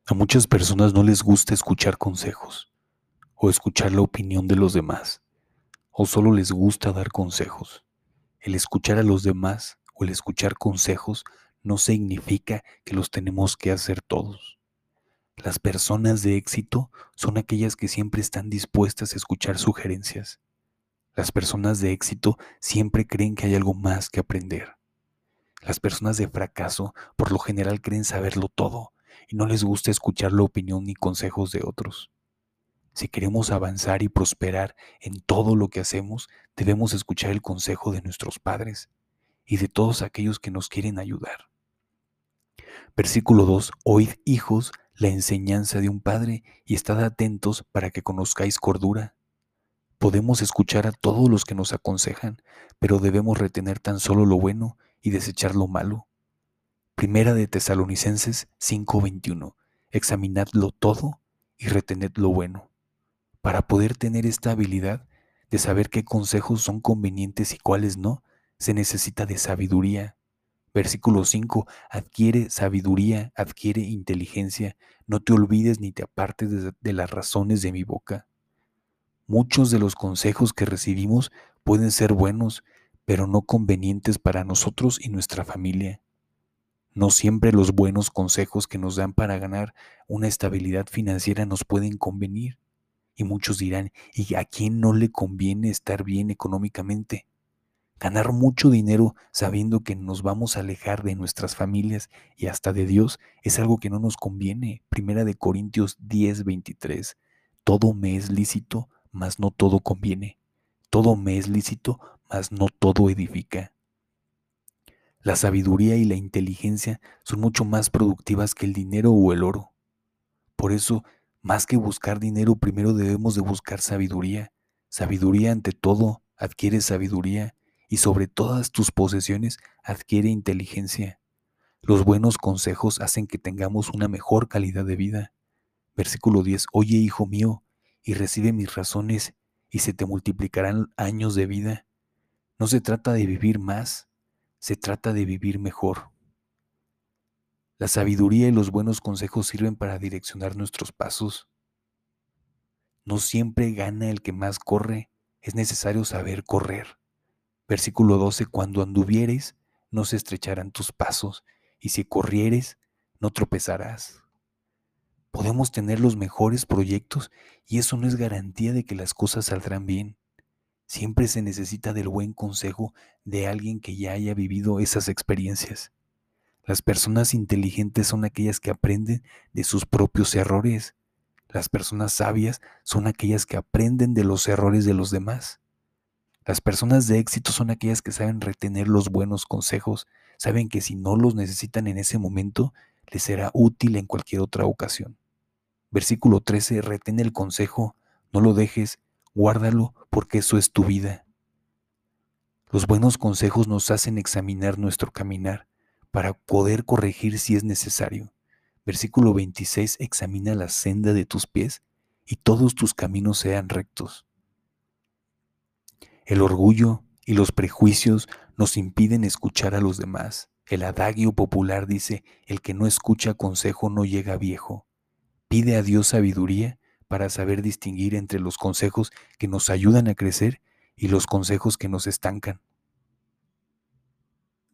A muchas personas no les gusta escuchar consejos o escuchar la opinión de los demás, o solo les gusta dar consejos. El escuchar a los demás o el escuchar consejos no significa que los tenemos que hacer todos. Las personas de éxito son aquellas que siempre están dispuestas a escuchar sugerencias. Las personas de éxito siempre creen que hay algo más que aprender. Las personas de fracaso por lo general creen saberlo todo y no les gusta escuchar la opinión ni consejos de otros. Si queremos avanzar y prosperar en todo lo que hacemos, debemos escuchar el consejo de nuestros padres y de todos aquellos que nos quieren ayudar. Versículo 2. Oíd, hijos, la enseñanza de un padre y estad atentos para que conozcáis cordura. Podemos escuchar a todos los que nos aconsejan, pero debemos retener tan solo lo bueno y desechar lo malo. Primera de Tesalonicenses 5:21. Examinadlo todo y retened lo bueno. Para poder tener esta habilidad de saber qué consejos son convenientes y cuáles no, se necesita de sabiduría. Versículo 5. Adquiere sabiduría, adquiere inteligencia, no te olvides ni te apartes de las razones de mi boca. Muchos de los consejos que recibimos pueden ser buenos, pero no convenientes para nosotros y nuestra familia. No siempre los buenos consejos que nos dan para ganar una estabilidad financiera nos pueden convenir. Y muchos dirán, ¿y a quién no le conviene estar bien económicamente? Ganar mucho dinero sabiendo que nos vamos a alejar de nuestras familias y hasta de Dios es algo que no nos conviene. Primera de Corintios 10:23. Todo me es lícito, mas no todo conviene. Todo me es lícito, mas no todo edifica. La sabiduría y la inteligencia son mucho más productivas que el dinero o el oro. Por eso, más que buscar dinero, primero debemos de buscar sabiduría. Sabiduría ante todo, adquiere sabiduría y sobre todas tus posesiones adquiere inteligencia. Los buenos consejos hacen que tengamos una mejor calidad de vida. Versículo 10. Oye, hijo mío, y recibe mis razones, y se te multiplicarán años de vida. No se trata de vivir más, se trata de vivir mejor. La sabiduría y los buenos consejos sirven para direccionar nuestros pasos. No siempre gana el que más corre, es necesario saber correr. Versículo 12. Cuando anduvieres, no se estrecharán tus pasos, y si corrieres, no tropezarás. Podemos tener los mejores proyectos y eso no es garantía de que las cosas saldrán bien. Siempre se necesita del buen consejo de alguien que ya haya vivido esas experiencias. Las personas inteligentes son aquellas que aprenden de sus propios errores. Las personas sabias son aquellas que aprenden de los errores de los demás. Las personas de éxito son aquellas que saben retener los buenos consejos, saben que si no los necesitan en ese momento, les será útil en cualquier otra ocasión. Versículo 13. Retén el consejo, no lo dejes, guárdalo porque eso es tu vida. Los buenos consejos nos hacen examinar nuestro caminar para poder corregir si es necesario. Versículo 26. Examina la senda de tus pies y todos tus caminos sean rectos. El orgullo y los prejuicios nos impiden escuchar a los demás. El adagio popular dice, el que no escucha consejo no llega viejo. Pide a Dios sabiduría para saber distinguir entre los consejos que nos ayudan a crecer y los consejos que nos estancan.